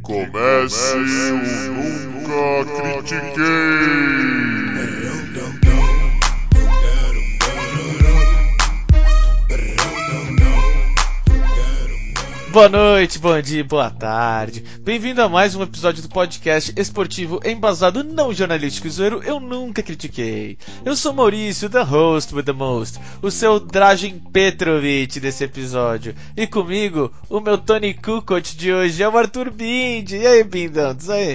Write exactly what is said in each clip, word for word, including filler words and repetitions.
comece o Nunca Critiquei! Boa noite, bom dia, boa tarde. Bem-vindo a mais um episódio do podcast esportivo embasado não jornalístico e zoeiro Eu Nunca Critiquei. Eu sou Maurício, the host with the most, o seu Dražen Petrovic desse episódio. E comigo, o meu Tony Kukoc de hoje é o Arthur Bindi. E aí, Bindão, diz aí.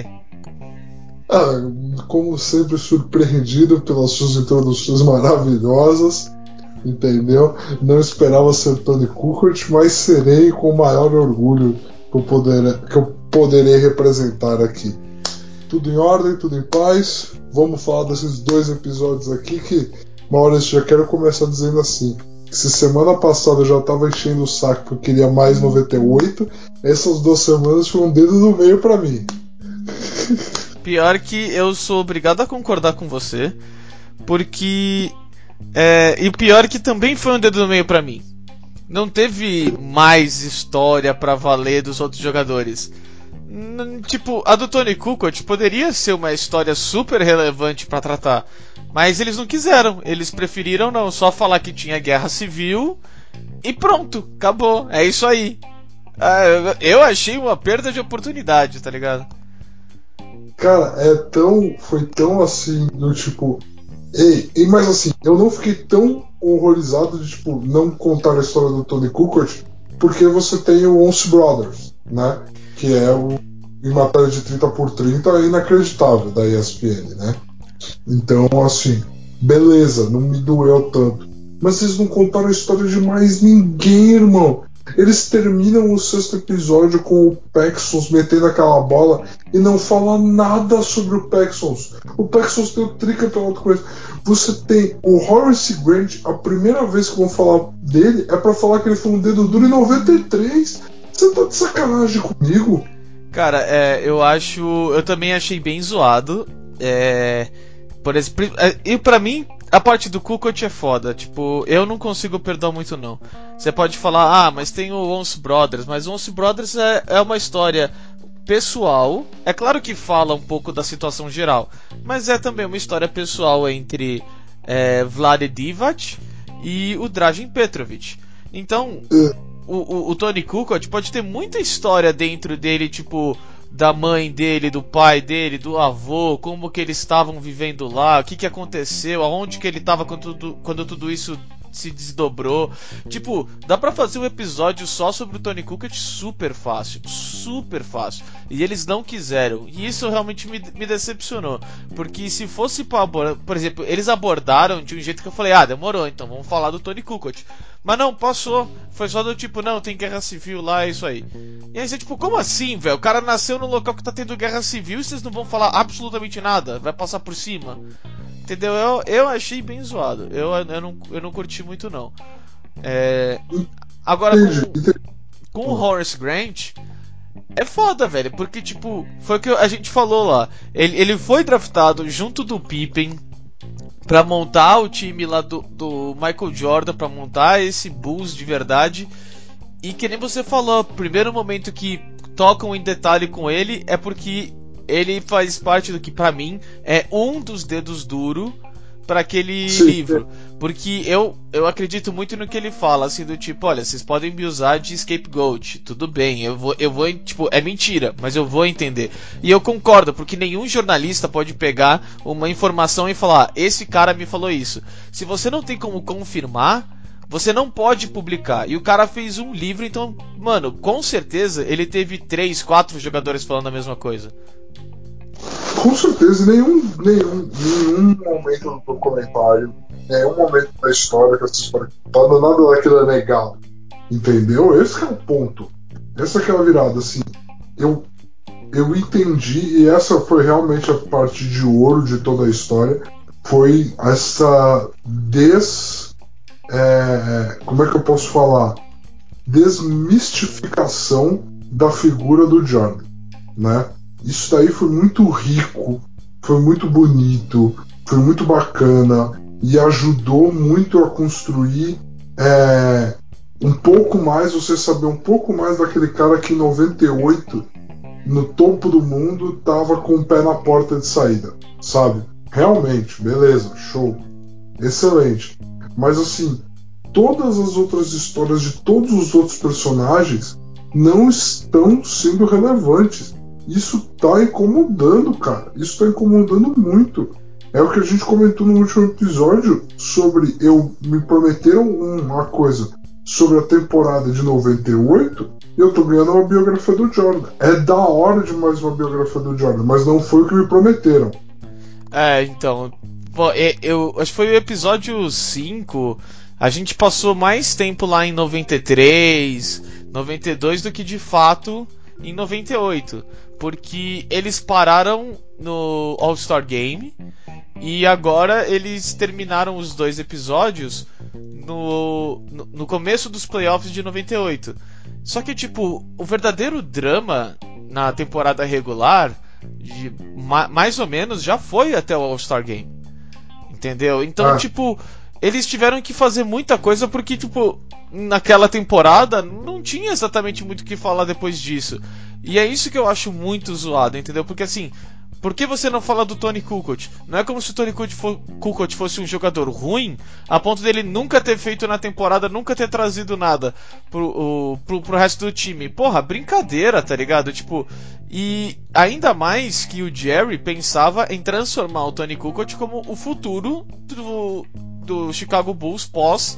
Ah, como sempre, surpreendido pelas suas introduções maravilhosas. Entendeu? Não esperava ser Tony Kukoc, mas serei com o maior orgulho que eu, poder, que eu poderei representar aqui. Tudo em ordem, tudo em paz. Vamos falar desses dois episódios aqui que, Maurício, já quero começar dizendo assim: que se semana passada eu já estava enchendo o saco porque eu queria mais noventa e oito, essas duas semanas foi um dedo no meio pra mim. Pior que eu sou obrigado a concordar com você, porque... É, e o pior é que também foi um dedo no meio pra mim. Não teve mais história pra valer dos outros jogadores. N- tipo, a do Tony Kukoc poderia ser uma história super relevante pra tratar, mas eles não quiseram. Eles preferiram não, só falar que tinha guerra civil e pronto, acabou, é isso aí. ah, Eu achei uma perda de oportunidade, tá ligado? Cara, é tão... Foi tão assim, do tipo... E, e, mas assim, eu não fiquei tão horrorizado de tipo, não contar a história do Tony Kukoc, porque você tem o Once Brothers, né? Que é o, em matéria de trinta por trinta inacreditável da E S P N, né? Então, assim, beleza, não me doeu tanto. Mas eles não contaram a história de mais ninguém, irmão. Eles terminam o sexto episódio com o Paxson metendo aquela bola e não fala nada sobre o Paxson. O Paxson tem o tricampeonato com ele. Você tem o Horace Grant, a primeira vez que vão falar dele é pra falar que ele foi um dedo duro em noventa e três. Você tá de sacanagem comigo? Cara, é, eu acho... Eu também achei bem zoado. É, por exemplo, e pra mim... A parte do Kukoc é foda, tipo, eu não consigo perdoar muito não. Você pode falar, ah, mas tem o Once Brothers, mas o Once Brothers é, é uma história pessoal. É claro que fala um pouco da situação geral, mas é também uma história pessoal entre é, Vlade Divac e o Dražen Petrovic. Então, o, o, o Tony Kukoc pode ter muita história dentro dele, tipo... da mãe dele, do pai dele, do avô, como que eles estavam vivendo lá, o que que aconteceu, aonde que ele estava quando tudo, quando tudo isso se desdobrou. Tipo, dá pra fazer um episódio só sobre o Tony Kukoc super fácil, super fácil. E eles não quiseram, e isso realmente me, me decepcionou. Porque se fosse pra abordar, por exemplo, eles abordaram de um jeito que eu falei, ah, demorou, então vamos falar do Tony Kukoc. Mas não, passou. Foi só do tipo, não, tem guerra civil lá, é isso aí. E aí você, tipo, como assim, velho? O cara nasceu no local que tá tendo guerra civil e vocês não vão falar absolutamente nada? Vai passar por cima? Entendeu? Eu, eu achei bem zoado. Eu, eu, não, eu não curti muito, não. É... Agora, com, com o Horace Grant, é foda, velho. Porque, tipo, foi o que a gente falou lá. Ele, ele foi draftado junto do Pippen pra montar o time lá do, do Michael Jordan, pra montar esse Bulls de verdade. E que nem você falou, o primeiro momento que tocam em detalhe com ele é porque ele faz parte do que pra mim é um dos dedos duros pra aquele Sim. livro. Porque eu, eu acredito muito no que ele fala, assim, do tipo, olha, vocês podem me usar de scapegoat, tudo bem, eu vou, eu vou, tipo, é mentira, mas eu vou entender. E eu concordo, porque nenhum jornalista pode pegar uma informação e falar, esse cara me falou isso. Se você não tem como confirmar, você não pode publicar. E o cara fez um livro, então, mano, com certeza ele teve três, quatro jogadores falando a mesma coisa. Com certeza, nenhum, nenhum, nenhum momento do documentário, nenhum momento da história que essa história tá, nada daquilo é negado. Entendeu? Esse que é o ponto. Essa que é a virada, assim. Eu, eu entendi, e essa foi realmente a parte de ouro de toda a história. Foi essa des... É, como é que eu posso falar? Desmistificação da figura do Jordan, né? Isso daí foi muito rico, foi muito bonito, foi muito bacana e ajudou muito a construir é, um pouco mais, você saber um pouco mais daquele cara que em noventa e oito no topo do mundo, tava com o pé na porta de saída, sabe? Realmente, beleza, show, excelente. Mas assim, todas as outras histórias de todos os outros personagens não estão sendo relevantes. Isso tá incomodando, cara. Isso tá incomodando muito. É o que a gente comentou no último episódio sobre eu me prometeram uma coisa sobre a temporada de noventa e oito e eu tô ganhando uma biografia do Jordan. É da hora de mais uma biografia do Jordan, mas não foi o que me prometeram. É, então, pô, eu acho que foi o episódio cinco. A gente passou mais tempo lá em noventa e três, noventa e dois do que de fato em noventa e oito, porque eles pararam no All-Star Game e agora eles terminaram os dois episódios no, no, no começo dos playoffs de noventa e oito. Só que, tipo, o verdadeiro drama na temporada regular, de, ma, mais ou menos, já foi até o All-Star Game. Entendeu? Então, ah. tipo, eles tiveram que fazer muita coisa porque, tipo, naquela temporada não tinha exatamente muito o que falar depois disso. E é isso que eu acho muito zoado, entendeu? Porque assim, por que você não fala do Tony Kukoc? Não é como se o Tony Kukoc fosse um jogador ruim, a ponto dele nunca ter feito na temporada, nunca ter trazido nada pro, o, pro, pro resto do time. Porra, brincadeira, tá ligado? Tipo, e ainda mais que o Jerry pensava em transformar o Tony Kukoc como o futuro do, do Chicago Bulls pós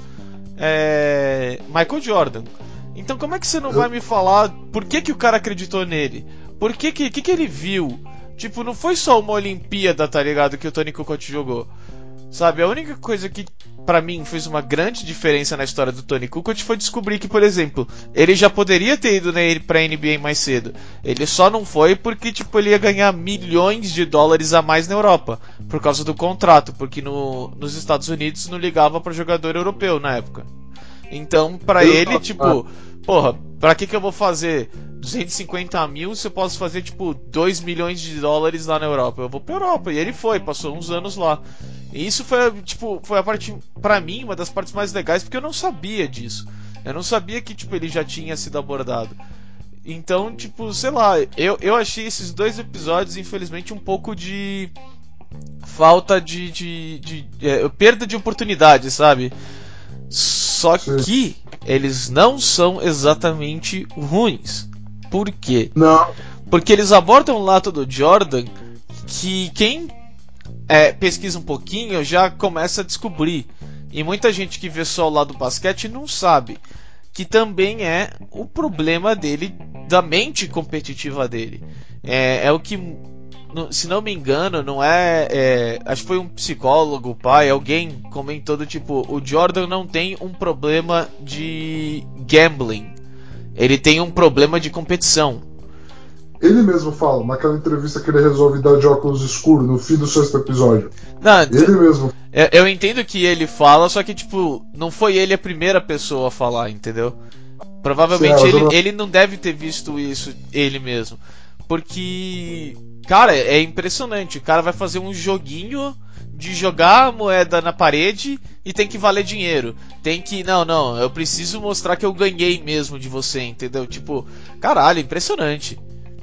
é, Michael Jordan. Então como é que você não vai me falar por que, que o cara acreditou nele? Por que que, que que ele viu? Tipo, não foi só uma Olimpíada, tá ligado, que o Tony Kukoc jogou. Sabe, a única coisa que pra mim fez uma grande diferença na história do Tony Kukoc foi descobrir que, por exemplo, ele já poderia ter ido pra N B A mais cedo. Ele só não foi porque, tipo, ele ia ganhar milhões de dólares a mais na Europa, por causa do contrato, porque no, nos Estados Unidos não ligava pra jogador europeu na época. Então, pra ele, tipo, porra, pra que que eu vou fazer duzentos e cinquenta mil se eu posso fazer, tipo, dois milhões de dólares lá na Europa? Eu vou pra Europa. E ele foi, passou uns anos lá. E isso foi, tipo, foi a parte, pra mim, uma das partes mais legais, porque eu não sabia disso. Eu não sabia que, tipo, ele já tinha sido abordado. Então, tipo, sei lá, eu, eu achei esses dois episódios, infelizmente, um pouco de falta de, de, de, de é, perda de oportunidade, sabe? Só que eles não são exatamente ruins. Por quê? Não. Porque eles abordam o lado do Jordan que quem é, pesquisa um pouquinho já começa a descobrir. E muita gente que vê só o lado do basquete não sabe. Que também é o problema dele, da mente competitiva dele. É, é o que, se não me engano, não é, é. Acho que foi um psicólogo, pai, alguém comentou do tipo: o Jordan não tem um problema de gambling, ele tem um problema de competição. Ele mesmo fala, naquela entrevista que ele resolve dar de óculos escuros no fim do sexto episódio. Não, ele mesmo. Eu, eu entendo que ele fala, só que, tipo, não foi ele a primeira pessoa a falar, entendeu? Provavelmente ele, não... ele não deve ter visto isso ele mesmo. Porque, cara, é impressionante. O cara vai fazer um joguinho de jogar a moeda na parede e tem que valer dinheiro. Tem que, não, não, eu preciso mostrar que eu ganhei mesmo de você, entendeu? Tipo, caralho, impressionante.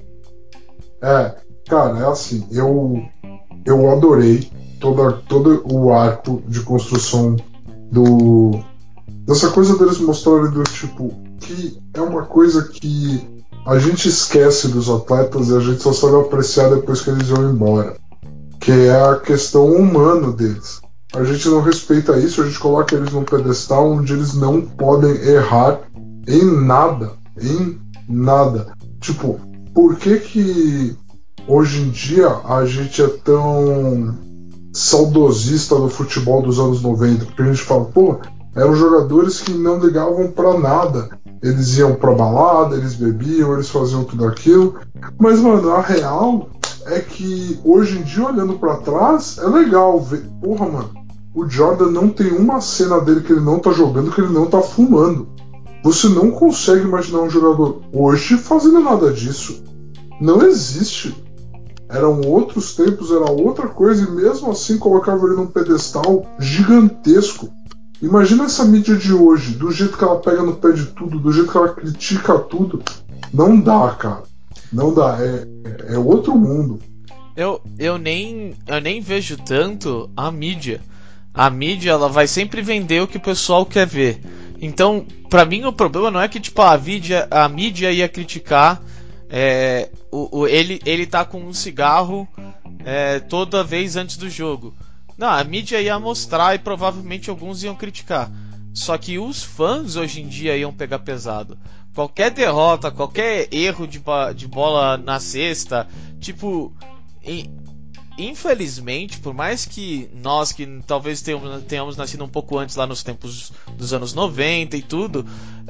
É, cara, é assim, eu eu adorei toda, todo o arco de construção do dessa coisa deles mostrarem do tipo que é uma coisa que a gente esquece dos atletas e a gente só sabe apreciar depois que eles vão embora, que é a questão humana deles. A gente não respeita isso, a gente coloca eles num pedestal onde eles não podem errar em nada, em nada. Tipo, por que que hoje em dia a gente é tão saudosista do futebol dos anos noventa? Porque a gente fala, pô, eram jogadores que não ligavam pra nada. Eles iam pra balada, eles bebiam, eles faziam tudo aquilo. Mas, mano, a real é que hoje em dia, olhando pra trás, é legal ver. Porra, mano, o Jordan não tem uma cena dele que ele não tá jogando, que ele não tá fumando. Você não consegue imaginar um jogador hoje fazendo nada disso. Não existe. Eram outros tempos, era outra coisa, e mesmo assim colocava ele num pedestal gigantesco. Imagina essa mídia de hoje, do jeito que ela pega no pé de tudo, do jeito que ela critica tudo. Não dá, cara. Não dá, é, é outro mundo. Eu, eu, nem, eu nem vejo tanto a mídia. A mídia, ela vai sempre vender o que o pessoal quer ver. Então, pra mim o problema não é que tipo, a, mídia, a mídia ia criticar é, o, o, ele, ele tá com um cigarro é, toda vez antes do jogo. Não, a mídia ia mostrar e provavelmente alguns iam criticar. Só que os fãs hoje em dia iam pegar pesado. Qualquer derrota, qualquer erro de, de bola na cesta, tipo... E, infelizmente, por mais que nós que talvez tenhamos, tenhamos nascido um pouco antes lá nos tempos dos anos noventa e tudo,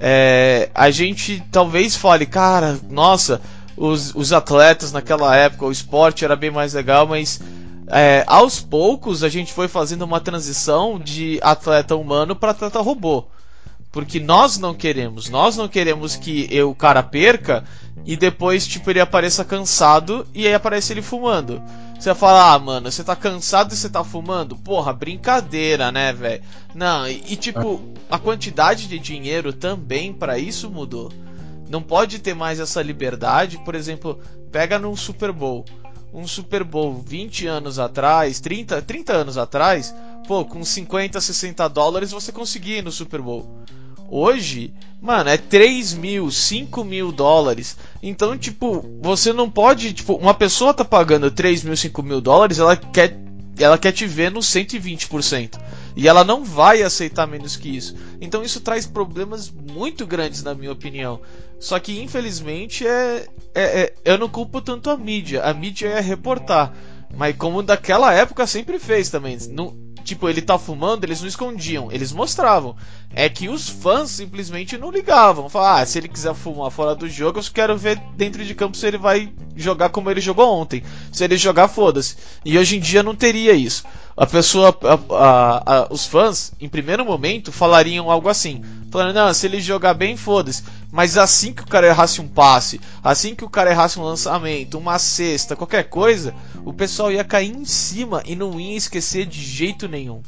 é, a gente talvez fale, cara, nossa, os, os atletas naquela época, o esporte era bem mais legal, mas é, aos poucos a gente foi fazendo uma transição de atleta humano para atleta robô. Porque nós não queremos, nós não queremos que eu, o cara perca e depois tipo ele apareça cansado e aí aparece ele fumando. Você vai falar, ah, mano, você tá cansado e você tá fumando? Porra, brincadeira, né, velho? Não, e, e tipo, a quantidade de dinheiro também pra isso mudou. Não pode ter mais essa liberdade, por exemplo, pega num Super Bowl. Um Super Bowl vinte anos atrás, trinta, trinta anos atrás, pô, com cinquenta, sessenta dólares você conseguia ir no Super Bowl. Hoje, mano, é três mil, cinco mil dólares. Então, tipo, você não pode. Tipo, uma pessoa tá pagando três mil, cinco mil dólares, ela quer, ela quer te ver no cento e vinte por cento. E ela não vai aceitar menos que isso. Então, isso traz problemas muito grandes, na minha opinião. Só que, infelizmente, é, é, é eu não culpo tanto a mídia. A mídia é reportar. Mas, como daquela época sempre fez também. Não. Tipo, ele tá fumando, eles não escondiam, eles mostravam. É que os fãs simplesmente não ligavam. Falavam, ah, se ele quiser fumar fora do jogo, eu só quero ver dentro de campo se ele vai jogar como ele jogou ontem. Se ele jogar, foda-se. E hoje em dia não teria isso. A pessoa, a, a, a, os fãs, em primeiro momento, falariam algo assim. Falando, não, se ele jogar bem, foda-se. Mas assim que o cara errasse um passe, assim que o cara errasse um lançamento, uma cesta, qualquer coisa, o pessoal ia cair em cima e não ia esquecer de jeito nenhum.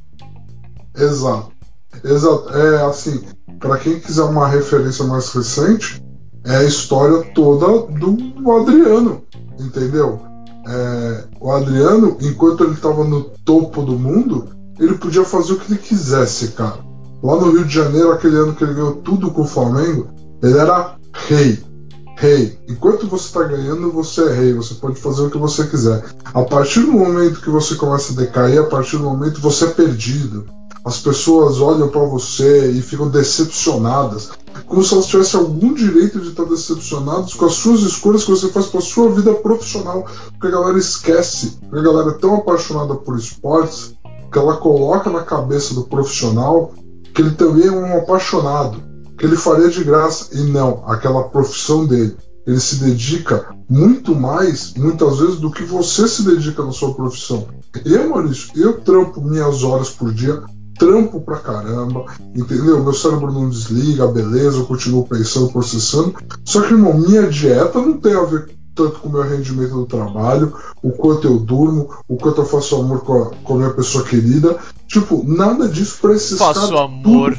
Exato. Exato. É assim, para quem quiser uma referência mais recente, é a história toda do Adriano, entendeu? É, o Adriano, enquanto ele estava no topo do mundo, ele podia fazer o que ele quisesse, cara. Lá no Rio de Janeiro, aquele ano que ele ganhou tudo com o Flamengo, ele era rei. Rei. Enquanto você está ganhando, você é rei. Você pode fazer o que você quiser. A partir do momento que você começa a decair, a partir do momento que você é perdido, as pessoas olham para você e ficam decepcionadas, como se elas tivessem algum direito de estar decepcionadas com as suas escolhas que você faz para a sua vida profissional. Porque a galera esquece, porque a galera é tão apaixonada por esportes que ela coloca na cabeça do profissional que ele também é um apaixonado, que ele faria de graça. E não, aquela profissão dele, ele se dedica muito mais, muitas vezes, do que você se dedica na sua profissão. Eu, Maurício, eu trampo minhas horas por dia, trampo pra caramba, entendeu? Meu cérebro não desliga, beleza, eu continuo pensando, processando. Só que, irmão, minha dieta não tem a ver tanto com o meu rendimento do trabalho, o quanto eu durmo, o quanto eu faço amor com a, com a minha pessoa querida. Tipo, nada disso pra esses caras. Faço amor.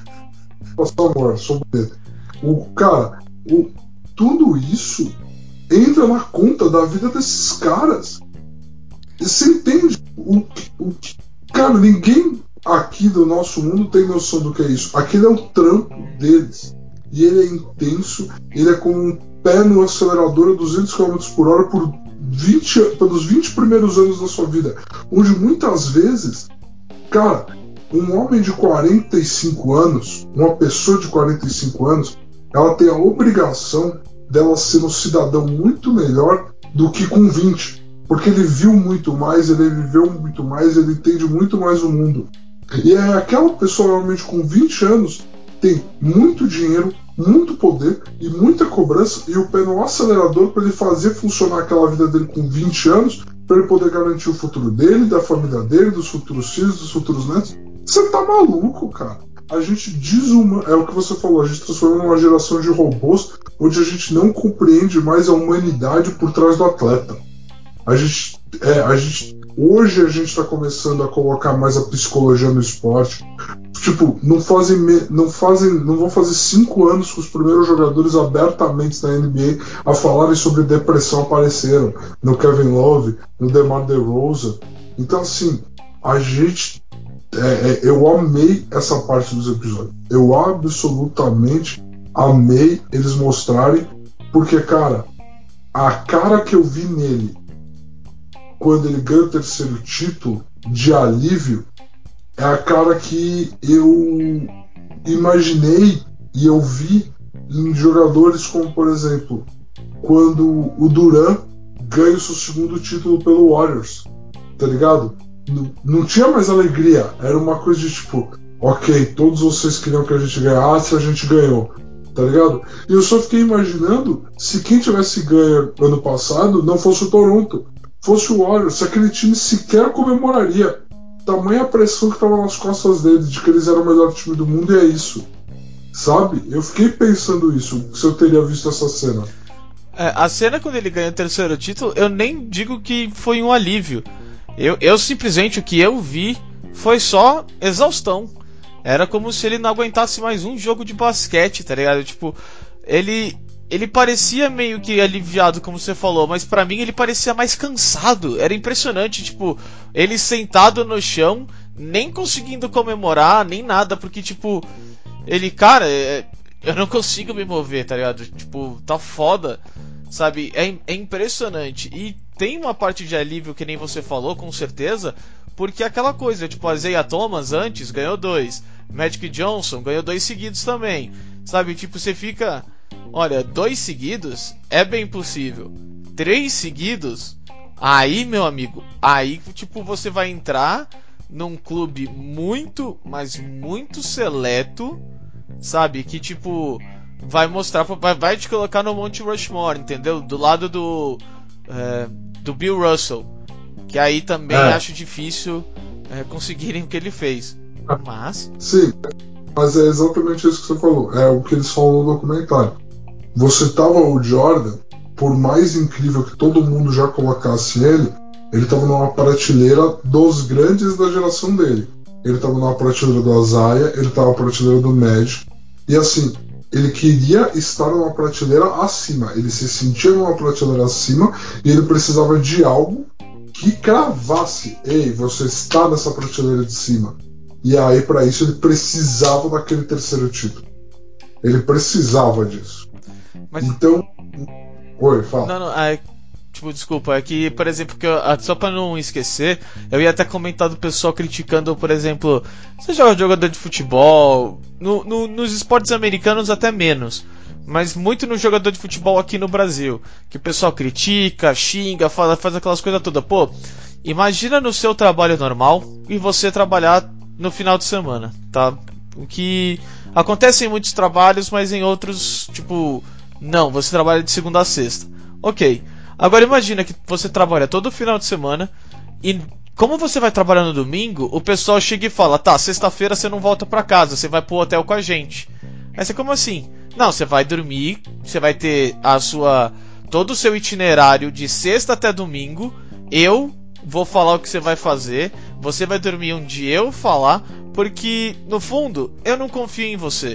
Faço amor, sou bonito. O cara, o, tudo isso entra na conta da vida desses caras. E você entende? O, o, cara, ninguém aqui do nosso mundo tem noção do que é isso. Aquele é o trampo deles. E ele é intenso, ele é como um pé no acelerador a duzentos quilômetros por hora por vinte, pelos vinte primeiros anos da sua vida. Onde muitas vezes, cara, um homem de quarenta e cinco anos, uma pessoa de quarenta e cinco anos, ela tem a obrigação dela ser um cidadão muito melhor do que com vinte. Porque ele viu muito mais, ele viveu muito mais, ele entende muito mais o mundo. E é aquela pessoa realmente com vinte anos tem muito dinheiro, muito poder e muita cobrança e o pé no acelerador para ele fazer funcionar aquela vida dele com vinte anos, para ele poder garantir o futuro dele, da família dele, dos futuros filhos, dos futuros netos. Você tá maluco, cara? A gente desuma, é o que você falou, a gente transformou numa geração de robôs onde a gente não compreende mais a humanidade por trás do atleta. A gente, é, a gente Hoje a gente está começando a colocar mais a psicologia no esporte. Tipo, não fazem, não fazem, não vão fazer cinco anos que os primeiros jogadores abertamente da N B A a falarem sobre depressão apareceram no Kevin Love, no DeMar DeRozan. Então, assim, a gente, é, é, eu amei essa parte dos episódios. Eu absolutamente amei eles mostrarem, porque, cara, a cara que eu vi nele quando ele ganha o terceiro título de alívio é a cara que eu imaginei e eu vi em jogadores como, por exemplo, quando o Durant ganha o seu segundo título pelo Warriors, tá ligado? Não, não tinha mais alegria, era uma coisa de tipo, ok, todos vocês queriam que a gente ganhasse, a gente ganhou, tá ligado? E eu só fiquei imaginando se quem tivesse ganho ano passado não fosse o Toronto, fosse o Warriors, se aquele time sequer comemoraria. Tamanha pressão que estava nas costas deles, de que eles eram o melhor time do mundo, e é isso. Sabe? Eu fiquei pensando isso, se eu teria visto essa cena. É, a cena quando ele ganha o terceiro título, eu nem digo que foi um alívio. Eu, eu simplesmente, o que eu vi foi só exaustão. Era como se ele não aguentasse mais um jogo de basquete, tá ligado? Tipo, ele... Ele parecia meio que aliviado, como você falou, mas pra mim ele parecia mais cansado. Era impressionante, tipo, ele sentado no chão, nem conseguindo comemorar, nem nada, porque, tipo, ele, cara, é, eu não consigo me mover, tá ligado? Tipo, tá foda, sabe? É, é impressionante. E tem uma parte de alívio que nem você falou, com certeza, porque é aquela coisa, tipo, a Isaiah Thomas antes ganhou dois, Magic Johnson ganhou dois seguidos também, sabe? Tipo, você fica... Olha, dois seguidos é bem possível. Três seguidos, aí, meu amigo, aí, tipo, você vai entrar num clube muito, mas muito seleto, sabe? Que, tipo, vai mostrar, vai, vai te colocar no Monte Rushmore, entendeu? Do lado do, é, do Bill Russell. Que aí também é. acho difícil é, conseguirem o que ele fez. Mas... Sim, mas é exatamente isso que você falou. É o que eles falam no documentário. Você tava o Jordan, por mais incrível que todo mundo já colocasse ele, ele tava numa prateleira dos grandes da geração dele. Ele tava numa prateleira do Isaiah, ele tava na prateleira do Magic. E assim, ele queria estar numa prateleira acima. Ele se sentia numa prateleira acima e ele precisava de algo que cravasse. Ei, você está nessa prateleira de cima. E aí, para isso, ele precisava daquele terceiro título. Ele precisava disso. Mas... Então... Oi, fala. Não, não, é... Tipo, desculpa, é que, por exemplo, que eu, só pra não esquecer, eu ia até comentar do pessoal criticando, por exemplo, você joga jogador de futebol, no, no, nos esportes americanos até menos, mas muito no jogador de futebol aqui no Brasil, que o pessoal critica, xinga, faz, faz aquelas coisas todas. Pô, imagina no seu trabalho normal e você trabalhar no final de semana, tá? O que acontece em muitos trabalhos, mas em outros, tipo, não, você trabalha de segunda a sexta. Ok. Agora imagina que você trabalha todo final de semana e como você vai trabalhar no domingo, o pessoal chega e fala, tá, sexta-feira você não volta pra casa, você vai pro hotel com a gente. Aí você, como assim? Não, você vai dormir, você vai ter a sua, todo o seu itinerário de sexta até domingo, eu vou falar o que você vai fazer, você vai dormir onde eu falar, porque no fundo eu não confio em você.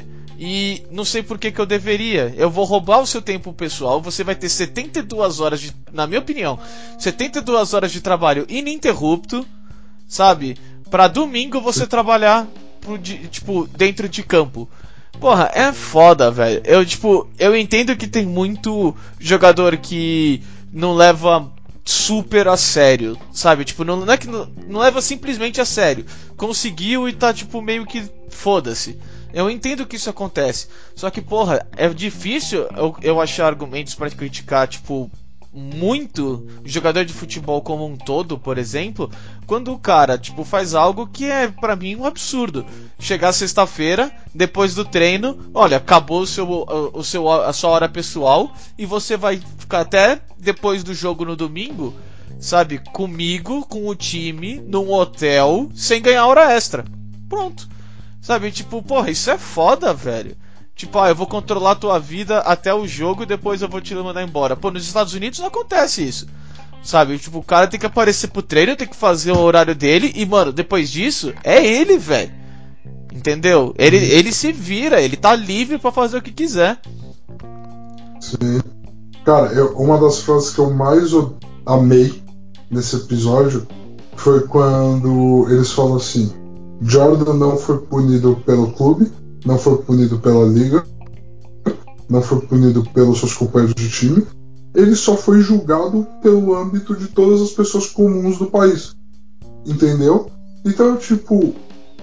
E não sei por que que eu deveria. Eu vou roubar o seu tempo pessoal. Você vai ter setenta e duas horas de, na minha opinião, setenta e duas horas de trabalho ininterrupto, sabe? Pra domingo você trabalhar pro, tipo, dentro de campo. Porra, é foda, velho. Eu, tipo, eu entendo que tem muito jogador que não leva super a sério, sabe? Tipo, não, não é que não, não leva simplesmente a sério. Conseguiu e tá, tipo, meio que foda-se. Eu entendo que isso acontece, só que, porra, é difícil eu, eu achar argumentos pra criticar, tipo, muito jogador de futebol como um todo, por exemplo, quando o cara, tipo, faz algo que é, pra mim, um absurdo. Chegar sexta-feira, depois do treino, olha, acabou o seu, o seu, a sua hora pessoal e você vai ficar até depois do jogo no domingo, sabe, comigo, com o time, num hotel, sem ganhar hora extra. Pronto. Sabe, tipo, porra, isso é foda, velho. Tipo, ah, eu vou controlar a tua vida até o jogo e depois eu vou te mandar embora. Pô, nos Estados Unidos não acontece isso. Sabe, tipo, o cara tem que aparecer pro treino, tem que fazer o horário dele e, mano, depois disso, é ele, velho. Entendeu? Ele, ele se vira, ele tá livre pra fazer o que quiser. Sim. Cara, eu, uma das frases que eu mais amei nesse episódio foi quando eles falam assim: Jordan não foi punido pelo clube, não foi punido pela liga, não foi punido pelos seus companheiros de time, ele só foi julgado pelo âmbito de todas as pessoas comuns do país. Entendeu? Então, tipo,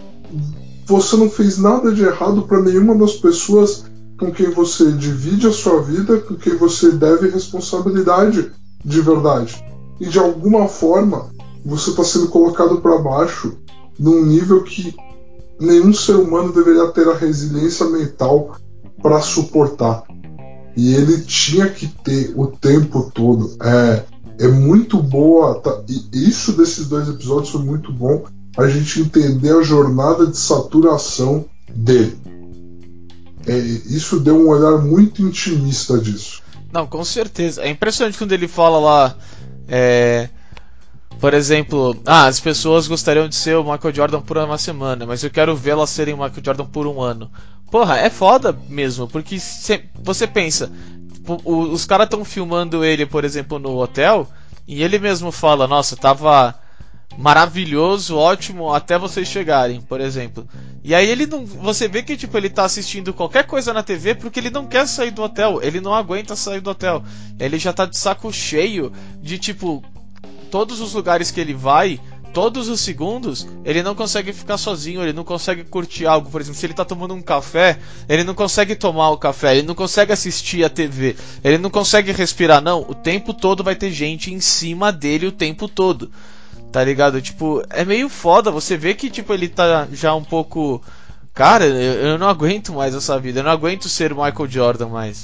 você não fez nada de errado para nenhuma das pessoas com quem você divide a sua vida, com quem você deve responsabilidade de verdade. E de alguma forma, você está sendo colocado para baixo num nível que nenhum ser humano deveria ter a resiliência mental para suportar. E ele tinha que ter o tempo todo. É, é muito boa. Tá, e isso desses dois episódios foi muito bom. A gente entender a jornada de saturação dele. É, isso deu um olhar muito intimista disso. Não, com certeza. É impressionante quando ele fala lá, é, por exemplo, ah, as pessoas gostariam de ser o Michael Jordan por uma semana, mas eu quero vê-las serem o Michael Jordan por um ano. Porra, é foda mesmo, porque se, você pensa, o, os caras estão filmando ele, por exemplo, no hotel, e ele mesmo fala, nossa, tava maravilhoso, ótimo, até vocês chegarem, por exemplo. E aí ele não, você vê que tipo ele tá assistindo qualquer coisa na T V porque ele não quer sair do hotel, ele não aguenta sair do hotel. Ele já tá de saco cheio de tipo todos os lugares que ele vai, todos os segundos, ele não consegue ficar sozinho, ele não consegue curtir algo. Por exemplo, se ele tá tomando um café, ele não consegue tomar o café, ele não consegue assistir a T V, ele não consegue respirar, não. O tempo todo vai ter gente em cima dele o tempo todo. Tá ligado? Tipo, é meio foda. Você vê que tipo ele tá já um pouco... Cara, eu, eu não aguento mais essa vida. Eu não aguento ser o Michael Jordan mais.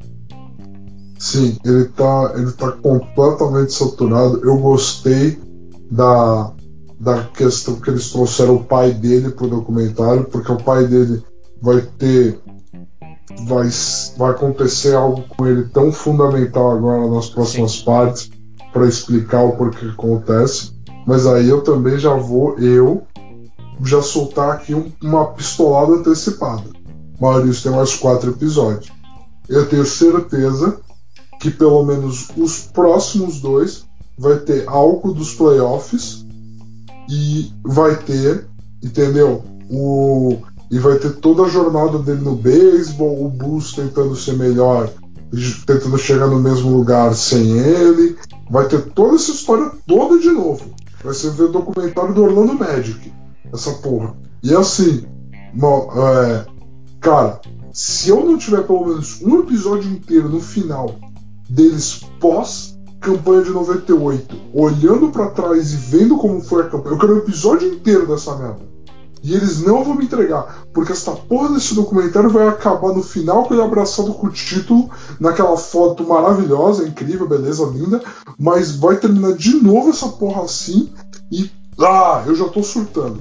Sim, ele tá, ele tá completamente saturado. Eu gostei da, da questão que eles trouxeram o pai dele pro documentário, porque o pai dele vai ter... Vai, vai acontecer algo com ele tão fundamental agora nas próximas Sim. partes para explicar o porquê que acontece. Mas aí eu também já vou, eu, já soltar aqui um, uma pistolada antecipada. Maurício, tem mais quatro episódios. Eu tenho certeza que pelo menos os próximos dois vai ter algo dos playoffs e vai ter, entendeu? O, e vai ter toda a jornada dele no beisebol, o Bulls tentando ser melhor, tentando chegar no mesmo lugar sem ele. Vai ter toda essa história toda de novo. Vai ser ver o documentário do Orlando Magic, essa porra. E assim, mal, é, cara, se eu não tiver pelo menos um episódio inteiro no final deles pós campanha de noventa e oito, olhando pra trás e vendo como foi a campanha, eu quero um episódio inteiro dessa merda. E eles não vão me entregar, porque essa porra desse documentário vai acabar no final com ele abraçado com o título, naquela foto maravilhosa, incrível, beleza, linda, mas vai terminar de novo essa porra assim e... Ah, eu já tô surtando.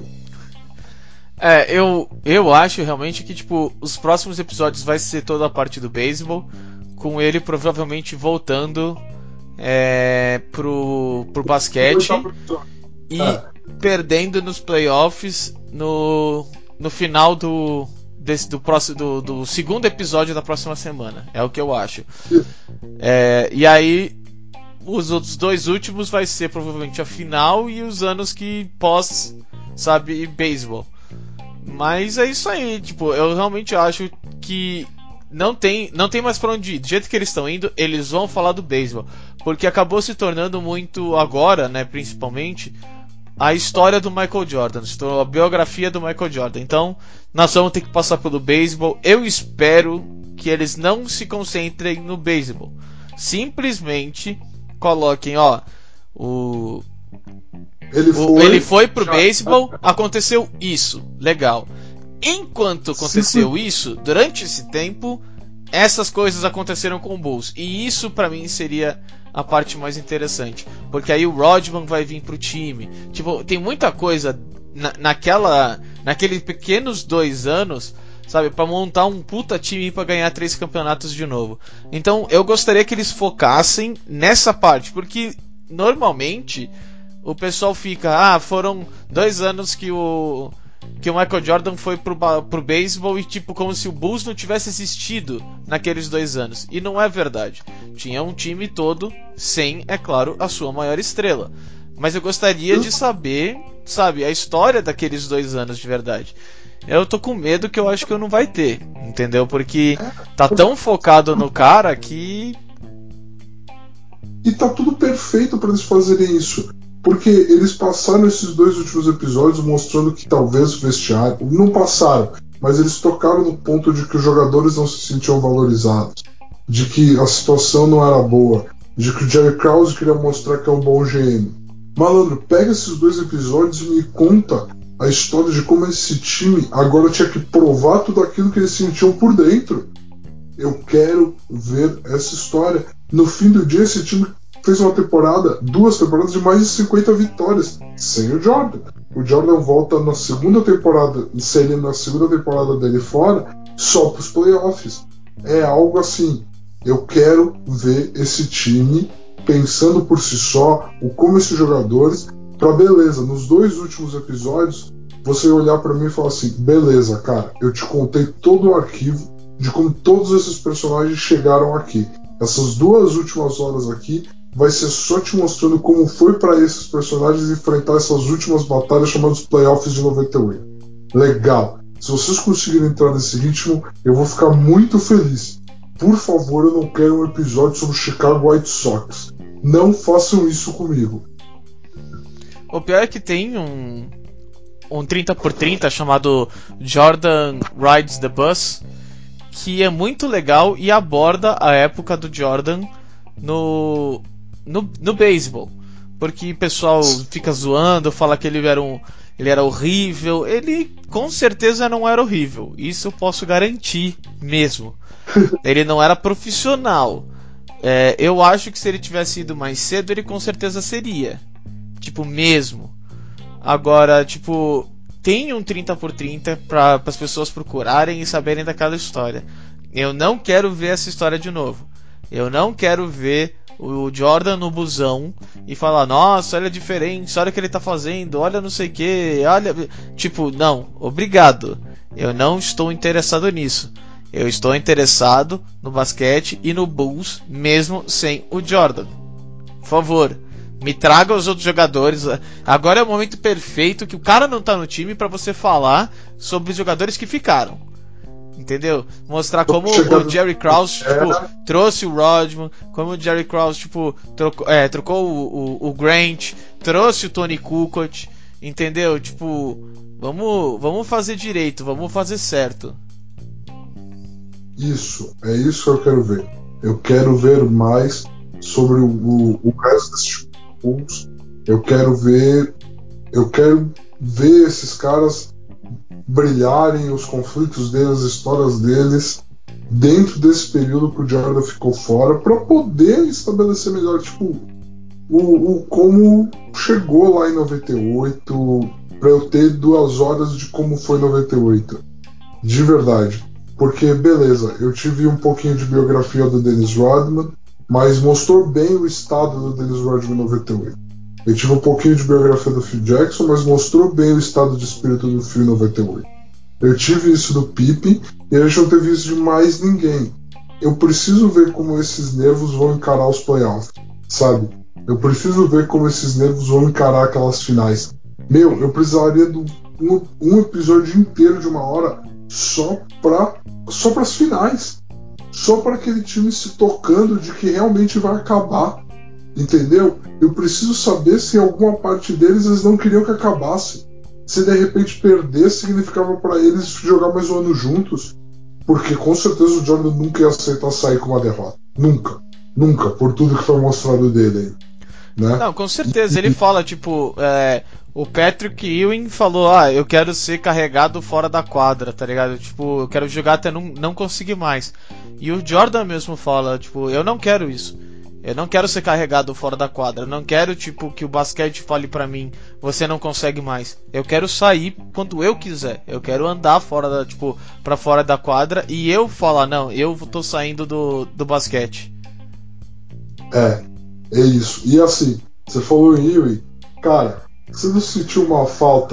É, eu, eu acho realmente que, tipo, os próximos episódios vai ser toda a parte do beisebol, com ele provavelmente voltando é, pro, pro basquete e é. perdendo nos playoffs no, no final do, desse, do, próximo, do, do segundo episódio da próxima semana. É o que eu acho. É, e aí os outros dois últimos vai ser provavelmente a final e os anos que pós, sabe, beisebol. Mas é isso aí, tipo, eu realmente acho que não tem, não tem mais pra onde ir. Do jeito que eles estão indo, eles vão falar do beisebol, porque acabou se tornando muito agora, né, principalmente a história do Michael Jordan, a biografia do Michael Jordan. Então, nós vamos ter que passar pelo beisebol. Eu espero que eles não se concentrem no beisebol. Simplesmente coloquem, ó, o ele foi, o, ele foi pro beisebol, aconteceu isso, legal. Enquanto aconteceu Sim. isso, durante esse tempo, essas coisas aconteceram com o Bulls. E isso pra mim seria a parte mais interessante, porque aí o Rodman vai vir pro time. Tipo, tem muita coisa na, naquela, naqueles pequenos dois anos, sabe, pra montar um puta time pra ganhar três campeonatos de novo. Então eu gostaria que eles focassem nessa parte, porque normalmente o pessoal fica, ah, foram dois anos que o que o Michael Jordan foi pro, pro beisebol e tipo como se o Bulls não tivesse existido naqueles dois anos. E não é verdade. Tinha um time todo sem, é claro, a sua maior estrela. Mas eu gostaria de saber, sabe, a história daqueles dois anos de verdade. Eu tô com medo que eu acho que eu não vai ter, entendeu? Porque tá tão focado no cara que... E tá tudo perfeito pra eles fazerem isso. Porque eles passaram esses dois últimos episódios mostrando que talvez o vestiário... Não passaram, mas eles tocaram no ponto de que os jogadores não se sentiam valorizados. De que a situação não era boa. De que o Jerry Krause queria mostrar que é um bom G M. Malandro, pega esses dois episódios e me conta a história de como esse time agora tinha que provar tudo aquilo que eles sentiam por dentro. Eu quero ver essa história. No fim do dia, esse time fez uma temporada, duas temporadas de mais de cinquenta vitórias, sem o Jordan. O Jordan volta na segunda temporada, seria na segunda temporada dele fora, só para os playoffs. É algo assim. Eu quero ver esse time pensando por si só, o como esses jogadores, pra beleza, nos dois últimos episódios, você olhar pra mim e falar assim, beleza, cara, eu te contei todo o arquivo de como todos esses personagens chegaram aqui. Essas duas últimas horas aqui vai ser só te mostrando como foi pra esses personagens enfrentar essas últimas batalhas chamadas Playoffs de noventa e oito. Legal. Se vocês conseguirem entrar nesse ritmo, eu vou ficar muito feliz. Por favor, eu não quero um episódio sobre o Chicago White Sox. Não façam isso comigo. O pior é que tem um, um trinta por trinta chamado Jordan Rides the Bus, que é muito legal e aborda a época do Jordan no, no, no beisebol. Porque o pessoal fica zoando, fala que ele era, um, ele era horrível. Ele com certeza não era horrível. Isso eu posso garantir mesmo. Ele não era profissional. É, eu acho que se ele tivesse ido mais cedo, ele com certeza seria. Tipo, mesmo. Agora, tipo, tem um trinta por trinta para as pessoas procurarem e saberem daquela história. Eu não quero ver essa história de novo. Eu não quero ver o Jordan no busão e falar, nossa, olha a diferença, olha o que ele tá fazendo, olha não sei o que, olha... Tipo, não, obrigado. Eu não estou interessado nisso. Eu estou interessado no basquete e no Bulls, mesmo sem o Jordan. Por favor, me traga os outros jogadores. Agora é o momento perfeito que o cara não tá no time para você falar sobre os jogadores que ficaram. Entendeu? Mostrar como o Jerry Krause tipo, trouxe o Rodman, como o Jerry Krause tipo, trocou, é, trocou o, o, o Grant, trouxe o Tony Kukoc. Entendeu? Tipo, vamos, vamos fazer direito, vamos fazer certo. Isso, é isso que eu quero ver. Eu quero ver mais sobre o, o, o resto desses Bulls. Eu quero ver. Eu quero ver esses caras brilharem, os conflitos deles, as histórias deles, dentro desse período que o Jordan ficou fora, para poder estabelecer melhor, tipo, o, o como chegou lá em noventa e oito, para eu ter duas horas de como foi noventa e oito. De verdade. Porque, beleza, eu tive um pouquinho de biografia do Dennis Rodman, mas mostrou bem o estado do Dennis Rodman em noventa e oito. Eu tive um pouquinho de biografia do Phil Jackson, mas mostrou bem o estado de espírito do Phil em noventa e oito. Eu tive isso do Pippen e a gente não teve isso de mais ninguém. Eu preciso ver como esses nervos vão encarar os playoffs, sabe? Eu preciso ver como esses nervos vão encarar aquelas finais. Meu, eu precisaria de um, um episódio inteiro de uma hora só para só para as finais, só para aquele time se tocando de que realmente vai acabar, entendeu? Eu preciso saber se em alguma parte deles eles não queriam que acabasse, se de repente perder significava para eles jogar mais um ano juntos, porque com certeza o Jordan nunca ia aceitar sair com uma derrota, nunca, nunca, por tudo que foi mostrado dele aí, né? Não, com certeza, ele fala tipo, é, o Patrick Ewing falou, ah, eu quero ser carregado fora da quadra, tá ligado? Tipo, eu quero jogar até não, não conseguir mais. E o Jordan mesmo fala, tipo, eu não quero isso. Eu não quero ser carregado fora da quadra. Eu não quero, tipo, que o basquete fale pra mim, você não consegue mais. Eu quero sair quando eu quiser. Eu quero andar fora da, tipo, pra fora da quadra e eu falar, não, eu tô saindo do, do basquete. É, é isso. E assim, você falou em Ewing, cara, você não sentiu uma falta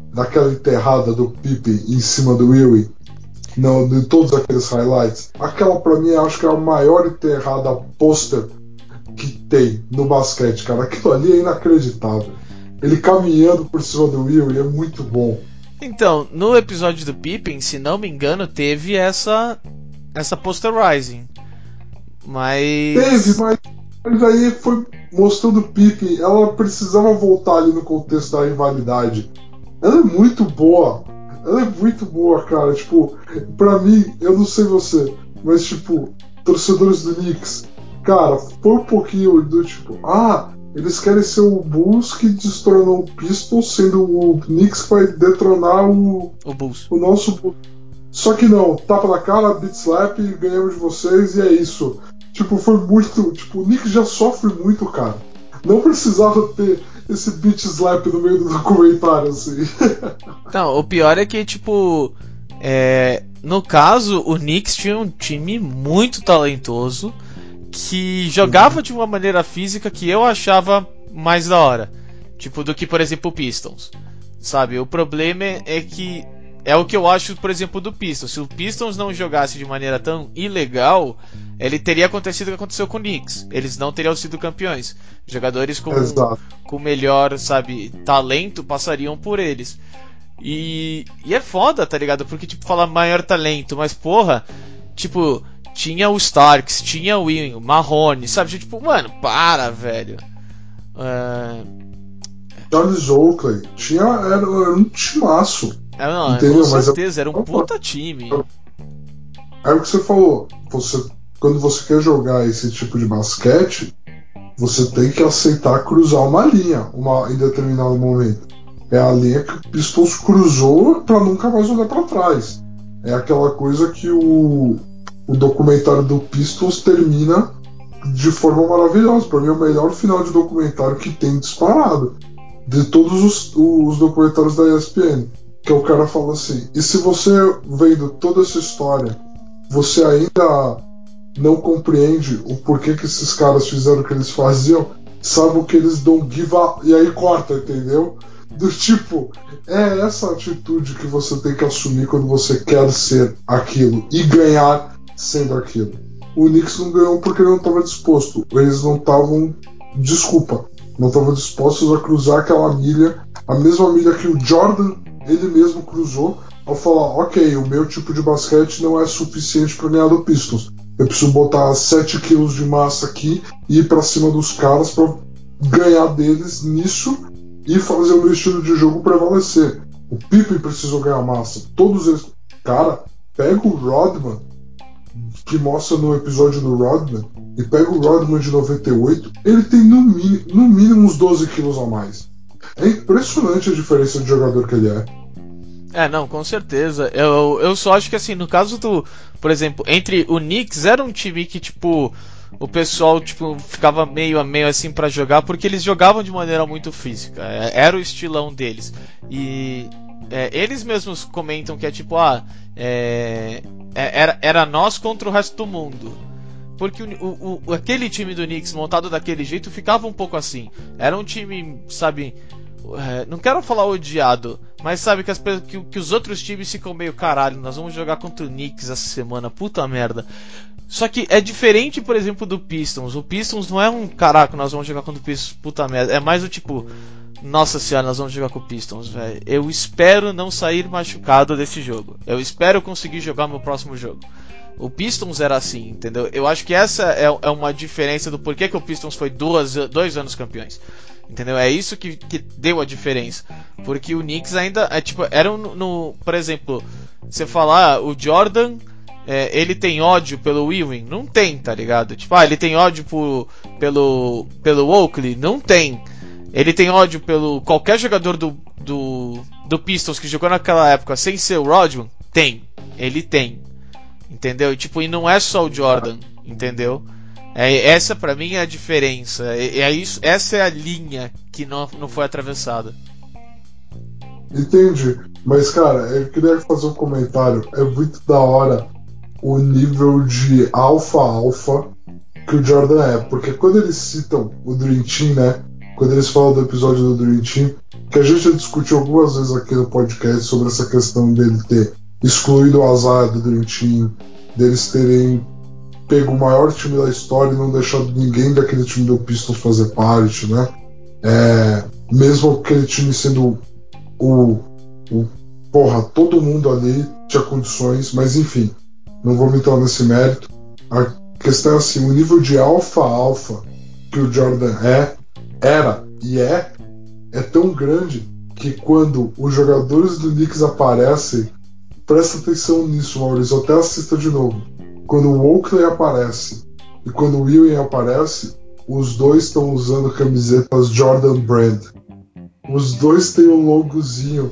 daquela enterrada do Pippen em cima do Ewing, não, de todos aqueles highlights, aquela pra mim acho que é a maior enterrada pôster que tem no basquete, cara. Aquilo ali é inacreditável. Ele caminhando por cima do Ewing é muito bom. Então, no episódio do Pippen, se não me engano, teve essa essa posterizing. Mas... Teve, mas, mas aí foi mostrando o Pippen. Ela precisava voltar ali no contexto da rivalidade. Ela é muito boa. Ela é muito boa, cara. Tipo, pra mim, eu não sei você, mas tipo, torcedores do Knicks, cara, foi um pouquinho do tipo, ah, eles querem ser o Bulls que destronou o Pistons, sendo o Knicks que vai detronar o, o Bulls. O nosso Bulls. Só que não, tapa na cara, beat slap, ganhamos de vocês e é isso. Tipo, foi muito. Tipo, o Knicks já sofre muito, cara. Não precisava ter esse beat slap no meio do documentário, assim. Não, o pior é que, tipo, é, no caso, o Knicks tinha um time muito talentoso que jogava de uma maneira física que eu achava mais da hora. Tipo, do que, por exemplo, o Pistons. Sabe, o problema é que é o que eu acho, por exemplo, do Pistons. Se o Pistons não jogasse de maneira tão ilegal, ele teria acontecido o que aconteceu com o Knicks. Eles não teriam sido campeões. Jogadores com, com melhor, sabe, talento passariam por eles. E, e é foda, tá ligado? Porque, tipo, falar maior talento, mas porra, tipo, tinha o Starks, tinha o Ewing, o Marrone, sabe? Tipo, mano, para, velho. Uh... Charles Oakley, tinha, era, era um timaço. É, não, entendeu? Com mas certeza, eu... era um puta time. É o que você falou. Você, quando você quer jogar esse tipo de basquete, você tem que aceitar cruzar uma linha uma, em determinado momento. É a linha que o Pistons cruzou pra nunca mais olhar pra trás. É aquela coisa que o, o documentário do Pistons termina de forma maravilhosa. Pra mim é o melhor final de documentário que tem disparado de todos os, os documentários da E S P N. Que o cara fala assim, e se você, vendo toda essa história, você ainda não compreende o porquê que esses caras fizeram o que eles faziam, sabe o que eles dão give up, e aí corta, entendeu? Do tipo, é essa atitude que você tem que assumir quando você quer ser aquilo e ganhar sendo aquilo. O Knicks não ganhou porque ele não estava disposto, eles não estavam, desculpa, não estavam dispostos a cruzar aquela milha, a mesma milha que o Jordan ele mesmo cruzou ao falar, ok, o meu tipo de basquete não é suficiente para ganhar do Pistons. Eu preciso botar sete quilos de massa aqui e ir para cima dos caras para ganhar deles nisso e fazer o meu estilo de jogo prevalecer. O Pippen precisou ganhar massa. Todos eles... Cara, pega o Rodman, que mostra no episódio do Rodman, e pega o Rodman de noventa e oito, ele tem no mínimo, no mínimo uns doze quilos a mais. É impressionante a diferença de jogador que ele é. É, não, com certeza. Eu, eu só acho que assim, no caso do, por exemplo, entre o Knicks era um time que, tipo, o pessoal, tipo, ficava meio a meio assim pra jogar, porque eles jogavam de maneira muito física. Era o estilão deles. E é, eles mesmos comentam que é tipo, ah, é, era, era nós contra o resto do mundo. Porque o, o, o, aquele time do Knicks montado daquele jeito ficava um pouco assim. Era um time, sabe, é, não quero falar odiado, mas sabe que, as, que, que os outros times ficam meio caralho, nós vamos jogar contra o Knicks essa semana, puta merda. Só que é diferente, por exemplo, do Pistons. O Pistons não é um caraca, nós vamos jogar contra o Pistons, puta merda. É mais o tipo, nossa senhora, nós vamos jogar com o Pistons, velho. Eu espero não sair machucado desse jogo. Eu espero conseguir jogar meu próximo jogo. O Pistons era assim, entendeu? Eu acho que essa é, é uma diferença do porquê que o Pistons foi duas, dois anos campeões. Entendeu? É isso que, que deu a diferença. Porque o Knicks ainda é tipo, era no, no por exemplo, você falar, ah, o Jordan, é, ele tem ódio pelo Ewing? Não tem, tá ligado? Tipo, ah, ele tem ódio por, pelo pelo Oakley? Não tem. Ele tem ódio pelo qualquer jogador do, do do Pistons que jogou naquela época sem ser o Rodman? Tem. Ele tem. Entendeu? E, tipo, e não é só o Jordan, entendeu? É, essa pra mim é a diferença. É, é isso, essa é a linha que não, não foi atravessada. Entendi. Mas, cara, eu queria fazer um comentário. É muito da hora o nível de alfa-alfa que o Jordan é. Porque quando eles citam o Dream Team, né? quando eles falam do episódio do Dream Team, que a gente já discutiu algumas vezes aqui no podcast sobre essa questão dele ter excluído o azar do Dream Team, deles terem pego o maior time da história e não deixado ninguém daquele time do Pistons fazer parte, né? É, mesmo aquele time sendo o, o porra, todo mundo ali tinha condições, mas enfim, não vou me entrar nesse mérito. A questão é assim, o nível de alfa-alfa que o Jordan é, era e é, é tão grande que quando os jogadores do Knicks aparecem, presta atenção nisso, Maurício, até assista de novo. Quando o Oakley aparece e quando o Ewing aparece, os dois estão usando camisetas Jordan Brand. Os dois têm o logozinho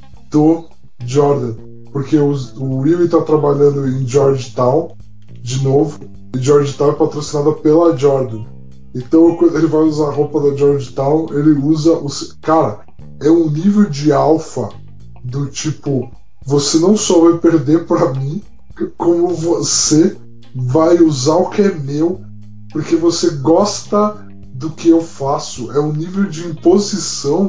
do Jordan, porque os, o Ewing está trabalhando em Georgetown de novo, e Georgetown é patrocinada pela Jordan. Então quando ele vai usar a roupa da Georgetown, ele usa os... Cara, é um nível de alfa do tipo, você não só vai perder pra mim, como você vai usar o que é meu, porque você gosta do que eu faço. É um nível de imposição,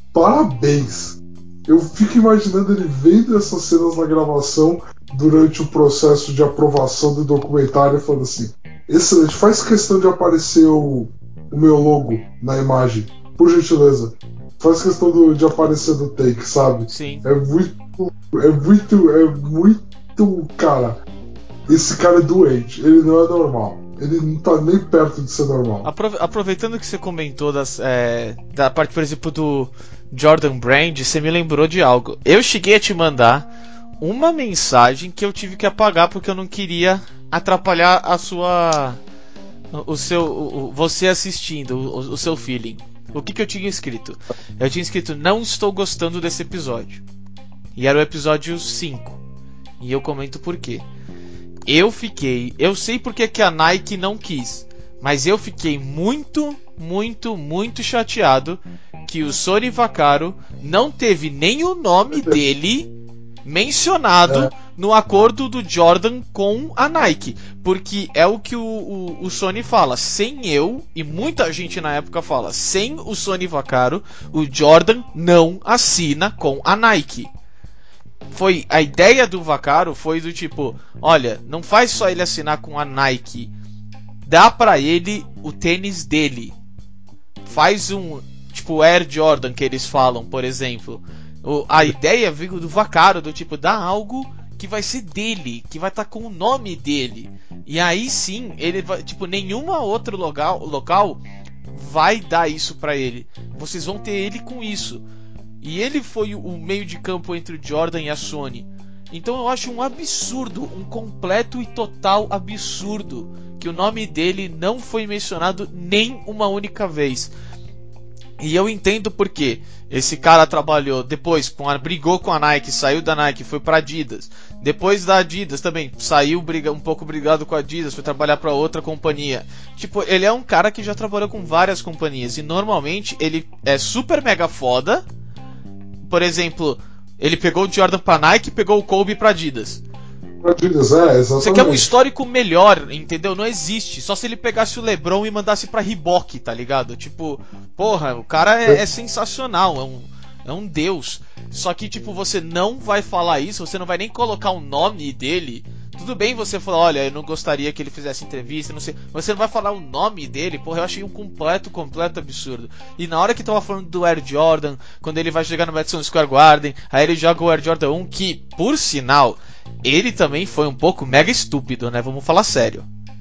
parabéns. Eu fico imaginando ele vendo essas cenas na gravação durante o processo de aprovação do documentário, falando assim: excelente, faz questão de aparecer o, o meu logo na imagem, por gentileza. Faz questão do, de aparecer no take, sabe? Sim. É muito, é muito, é muito, cara, esse cara é doente, ele não é normal. Ele não tá nem perto de ser normal. Aproveitando que você comentou das, é, da parte, por exemplo, do Jordan Brand, você me lembrou de algo. Eu cheguei a te mandar uma mensagem que eu tive que apagar porque eu não queria atrapalhar a sua, o seu, o, você assistindo, o, o seu feeling. O que, que eu tinha escrito? Eu tinha escrito: não estou gostando desse episódio. E era o episódio cinco. E eu comento por quê. Eu fiquei... Eu sei porque que a Nike não quis, mas eu fiquei muito, muito, muito chateado que o Sonny Vaccaro não teve nem o nome dele mencionado no acordo do Jordan com a Nike. Porque é o que o, o, o Sonny fala: sem eu, e muita gente na época fala, sem o Sonny Vaccaro, o Jordan não assina com a Nike. Foi, a ideia do Vaccaro foi do tipo: olha, não faz só ele assinar com a Nike, dá pra ele o tênis dele. Faz um, tipo, Air Jordan que eles falam, por exemplo. O, a ideia veio do Vaccaro, do tipo, dá algo que vai ser dele, que vai estar tá com o nome dele. E aí sim, ele vai, tipo, nenhuma outro local, local vai dar isso pra ele. Vocês vão ter ele com isso. E ele foi o meio de campo entre o Jordan e a Sony. Então eu acho um absurdo, um completo e total absurdo, que o nome dele não foi mencionado nem uma única vez. E eu entendo porque esse cara trabalhou depois, com a, brigou com a Nike, saiu da Nike, foi pra Adidas. Depois da Adidas também saiu briga, um pouco brigado com a Adidas, foi trabalhar pra outra companhia. Tipo, ele é um cara que já trabalhou com várias companhias. E normalmente ele é super mega foda. Por exemplo, ele pegou o Jordan pra Nike e pegou o Kobe pra Adidas. Adidas, é, exatamente. Você quer um histórico melhor, entendeu? Não existe. Só se ele pegasse o LeBron e mandasse pra Reebok, tá ligado? Tipo, porra, o cara é, é sensacional, é um, é um deus. Só que, tipo, você não vai falar isso, você não vai nem colocar o nome dele. Tudo bem você falar: olha, eu não gostaria que ele fizesse entrevista, não sei. Você não vai falar o nome dele. Porra, eu achei um completo, completo absurdo. E na hora que tava falando do Air Jordan, quando ele vai chegar no Madison Square Garden, aí ele joga o Air Jordan um, que, por sinal, ele também foi um pouco mega estúpido, né? Vamos falar sério.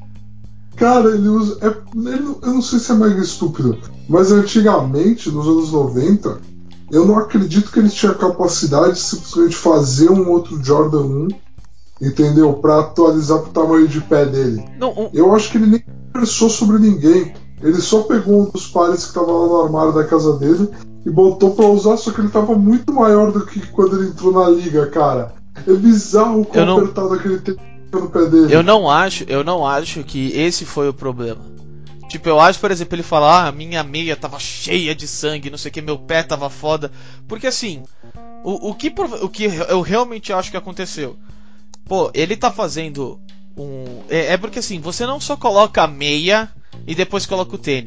Cara, ele usa... É, ele, eu não sei se é mega estúpido, mas antigamente, nos anos noventa, eu não acredito que ele tinha capacidade de simplesmente fazer um outro Jordan um, entendeu? Pra atualizar pro tamanho de pé dele. Não, um... Eu acho que ele nem conversou sobre ninguém. Ele só pegou um dos pares que tava lá no armário da casa dele e botou pra usar, só que ele tava muito maior do que quando ele entrou na liga, cara. É bizarro o quão não... apertado aquele tempo no pé dele. Eu não acho, eu não acho que esse foi o problema. Tipo, eu acho, por exemplo, ele falar: ah, minha meia tava cheia de sangue, não sei o que, meu pé tava foda. Porque assim, o, o, que, o que eu realmente acho que aconteceu, pô, ele tá fazendo um... É, é porque assim, você não só coloca a meia e depois coloca o tênis.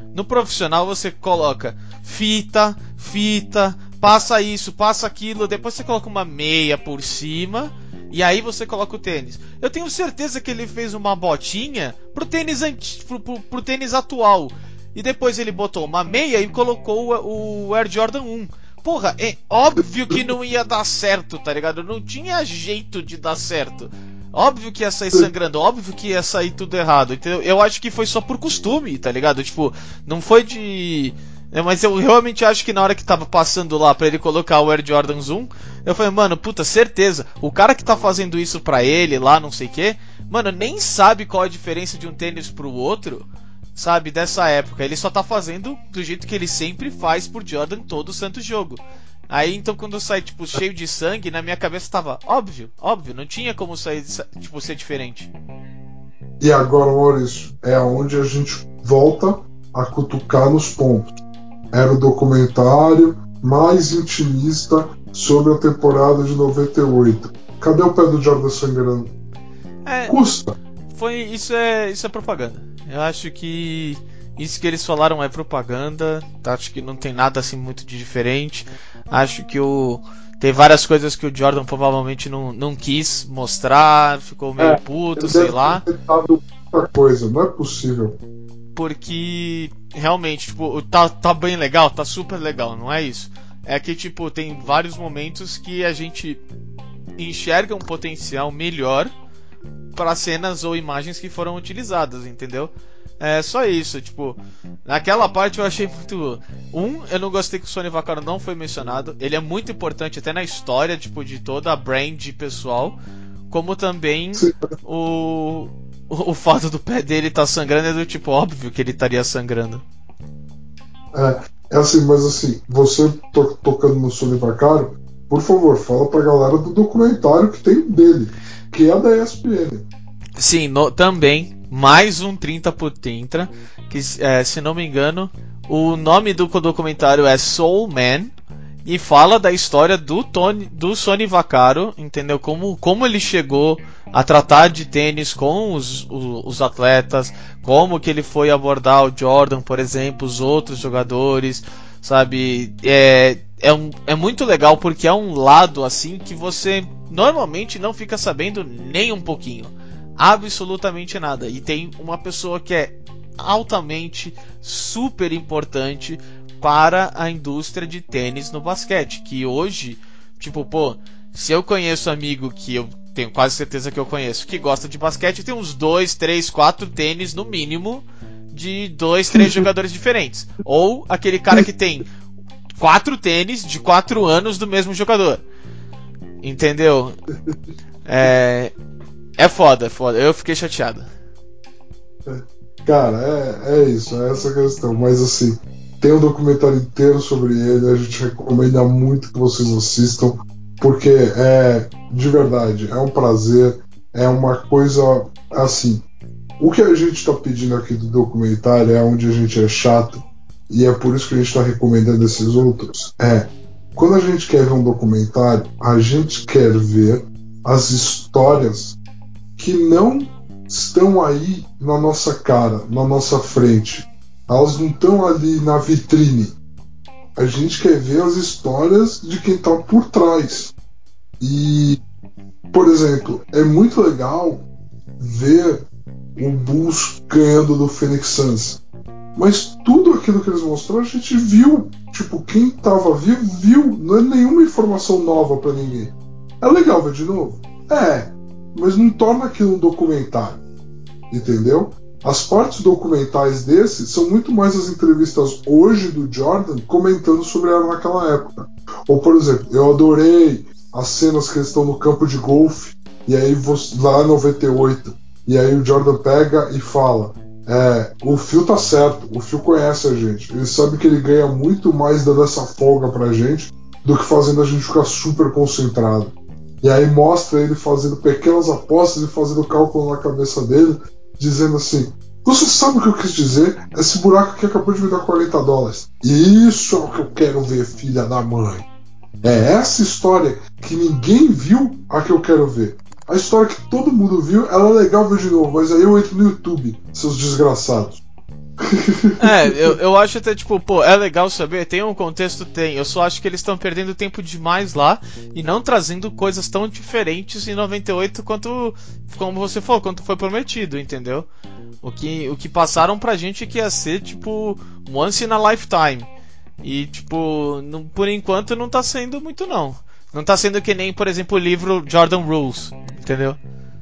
No profissional você coloca fita, fita, passa isso, passa aquilo, depois você coloca uma meia por cima e aí você coloca o tênis. Eu tenho certeza que ele fez uma botinha pro tênis, anti, pro, pro, pro tênis atual. E depois ele botou uma meia e colocou o, o Air Jordan um. Porra, é óbvio que não ia dar certo, tá ligado? Não tinha jeito de dar certo. Óbvio que ia sair sangrando, óbvio que ia sair tudo errado, entendeu? Eu acho que foi só por costume, tá ligado? Tipo, não foi de... É, mas eu realmente acho que na hora que tava passando lá pra ele colocar o Air Jordan um, eu falei, mano, puta, certeza, o cara que tá fazendo isso pra ele lá, não sei o que, mano, nem sabe qual a diferença de um tênis pro outro, sabe, dessa época. Ele só tá fazendo do jeito que ele sempre faz por Jordan todo o santo jogo. Aí então quando eu saí, tipo, cheio de sangue, na minha cabeça tava, óbvio, óbvio, não tinha como sair, tipo, ser diferente. E agora, Maurício, é onde a gente volta a cutucar nos pontos. Era o documentário mais intimista sobre a temporada de noventa e oito. Cadê o pé do Jordan sangrando? É, Custa. Foi, isso, é, isso é propaganda. Eu acho que isso que eles falaram é propaganda. Acho que não tem nada assim muito de diferente. Acho que o... tem várias coisas que o Jordan provavelmente não, não quis mostrar. Ficou meio é, puto, sei lá. Muita coisa, não é possível. Porque realmente, tipo, tá, tá bem legal, tá super legal, não é isso. É que, tipo, tem vários momentos que a gente enxerga um potencial melhor para cenas ou imagens que foram utilizadas, entendeu? É só isso, tipo, naquela parte eu achei muito... Um, eu não gostei que o Sonny Vaccaro não foi mencionado. Ele é muito importante até na história, tipo, de toda a brand pessoal. Como também o... o fato do pé dele estar tá sangrando é do tipo, óbvio que ele estaria sangrando. É, é assim, mas assim, você to tocando no Sonny Vaccaro, por favor, fala pra galera do documentário que tem dele, que é da E S P N. Sim, no, também, mais um trinta por trinta, que é, se não me engano, o nome do documentário é Soul Man, e fala da história do, Tony, do Sonny Vaccaro, entendeu? Como, como ele chegou a tratar de tênis com os, os, os atletas, como que ele foi abordar o Jordan, por exemplo, os outros jogadores, sabe? É, é, um, é muito legal porque é um lado assim que você normalmente não fica sabendo nem um pouquinho, absolutamente nada. E tem uma pessoa que é altamente super importante para a indústria de tênis no basquete, que hoje, tipo, pô, se eu conheço amigo que eu tenho quase certeza que eu conheço, que gosta de basquete, tem uns dois, três, quatro tênis no mínimo de dois, três jogadores diferentes. Ou aquele cara que tem quatro tênis de quatro anos do mesmo jogador. Entendeu? É, é foda, é foda. Eu fiquei chateado. Cara, é, é isso, é essa a questão. Mas assim, tem um documentário inteiro sobre ele, a gente recomenda muito que vocês assistam, porque é, de verdade, é um prazer, é uma coisa assim. O que a gente está pedindo aqui do documentário é onde a gente é chato, e é por isso que a gente está recomendando esses outros. É, quando a gente quer ver um documentário, a gente quer ver as histórias que não estão aí na nossa cara, na nossa frente. Elas não estão ali na vitrine. A gente quer ver as histórias de quem está por trás. E, por exemplo, é muito legal ver o Bulls ganhando do Phoenix Suns. Mas tudo aquilo que eles mostraram a gente viu. Tipo, quem estava vivo, viu. Não é nenhuma informação nova para ninguém. É legal ver de novo? É. Mas não torna aquilo um documentário. Entendeu? As partes documentais desse são muito mais as entrevistas hoje do Jordan comentando sobre ela naquela época. Ou, por exemplo, eu adorei as cenas que eles estão no campo de golfe, e aí lá em noventa e oito, e aí o Jordan pega e fala: é, o Phil tá certo, o Phil conhece a gente, ele sabe que ele ganha muito mais dando essa folga pra gente do que fazendo a gente ficar super concentrado. E aí mostra ele fazendo pequenas apostas e fazendo cálculo na cabeça dele, dizendo assim: você sabe o que eu quis dizer? Esse buraco aqui acabou de me dar quarenta dólares. Isso é o que eu quero ver, filha da mãe. É essa história que ninguém viu a que eu quero ver. A história que todo mundo viu, ela é legal ver de novo, mas aí eu entro no YouTube, seus desgraçados. É, eu, eu acho até tipo, pô, é legal saber, tem um contexto, tem. Eu só acho que eles estão perdendo tempo demais lá e não trazendo coisas tão diferentes em noventa e oito quanto, como você falou, quanto foi prometido, entendeu? O que, o que passaram pra gente que ia ser tipo once in a lifetime. E tipo, não, por enquanto não tá sendo muito não. Não tá sendo que nem, por exemplo, o livro Jordan Rules, entendeu?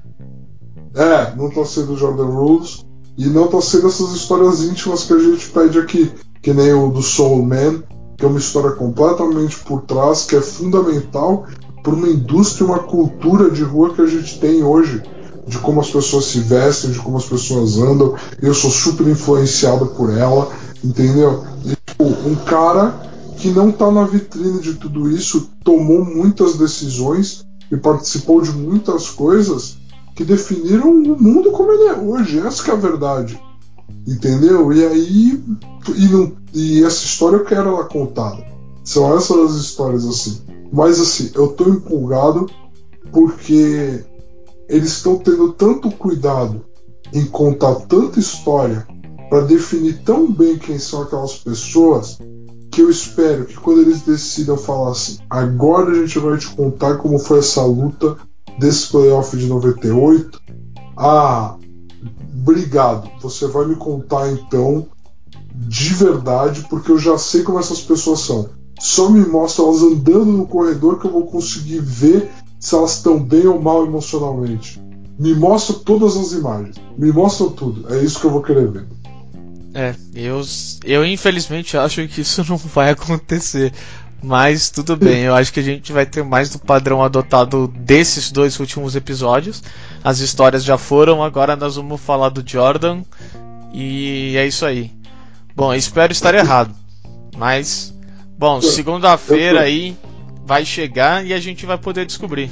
É, não tá sendo Jordan Rules. E não tá sendo essas histórias íntimas que a gente pede aqui, que nem o do Soul Man, que é uma história completamente por trás, que é fundamental para uma indústria, uma cultura de rua que a gente tem hoje, de como as pessoas se vestem, de como as pessoas andam. Eu sou super influenciado por ela, entendeu? E, tipo, um cara que não tá na vitrine de tudo isso, tomou muitas decisões e participou de muitas coisas que definiram o mundo como ele é hoje. Essa que é a verdade, entendeu? E aí e, não, e essa história eu quero ela contada. São essas as histórias assim. Mas assim, eu tô empolgado porque eles estão tendo tanto cuidado em contar tanta história para definir tão bem quem são aquelas pessoas, que eu espero que quando eles decidam falar assim, agora a gente vai te contar como foi essa luta desse playoff de noventa e oito. Ah, obrigado. Você vai me contar então de verdade, porque eu já sei como essas pessoas são. Só me mostra elas andando no corredor que eu vou conseguir ver se elas estão bem ou mal emocionalmente. Me mostra todas as imagens. Me mostra tudo. É isso que eu vou querer ver. É, eu, eu infelizmente acho que isso não vai acontecer. Mas tudo bem, eu acho que a gente vai ter mais do padrão adotado desses dois últimos episódios. As histórias já foram, agora nós vamos falar do Jordan. E é isso aí. Bom, espero estar errado. Mas, bom, segunda-feira aí vai chegar e a gente vai poder descobrir.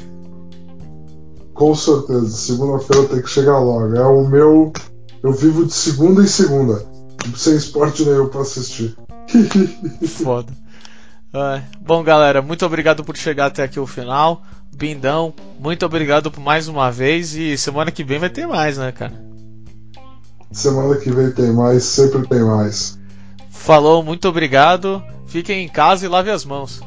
Com certeza, segunda-feira tem que chegar logo. É o meu. Eu vivo de segunda em segunda, sem esporte nenhum pra assistir. Foda. Uh, bom, galera, muito obrigado por chegar até aqui o final. Bindão, muito obrigado por mais uma vez. E semana que vem vai ter mais, né, cara? Semana que vem tem mais, sempre tem mais. Falou, muito obrigado. Fiquem em casa e lave as mãos.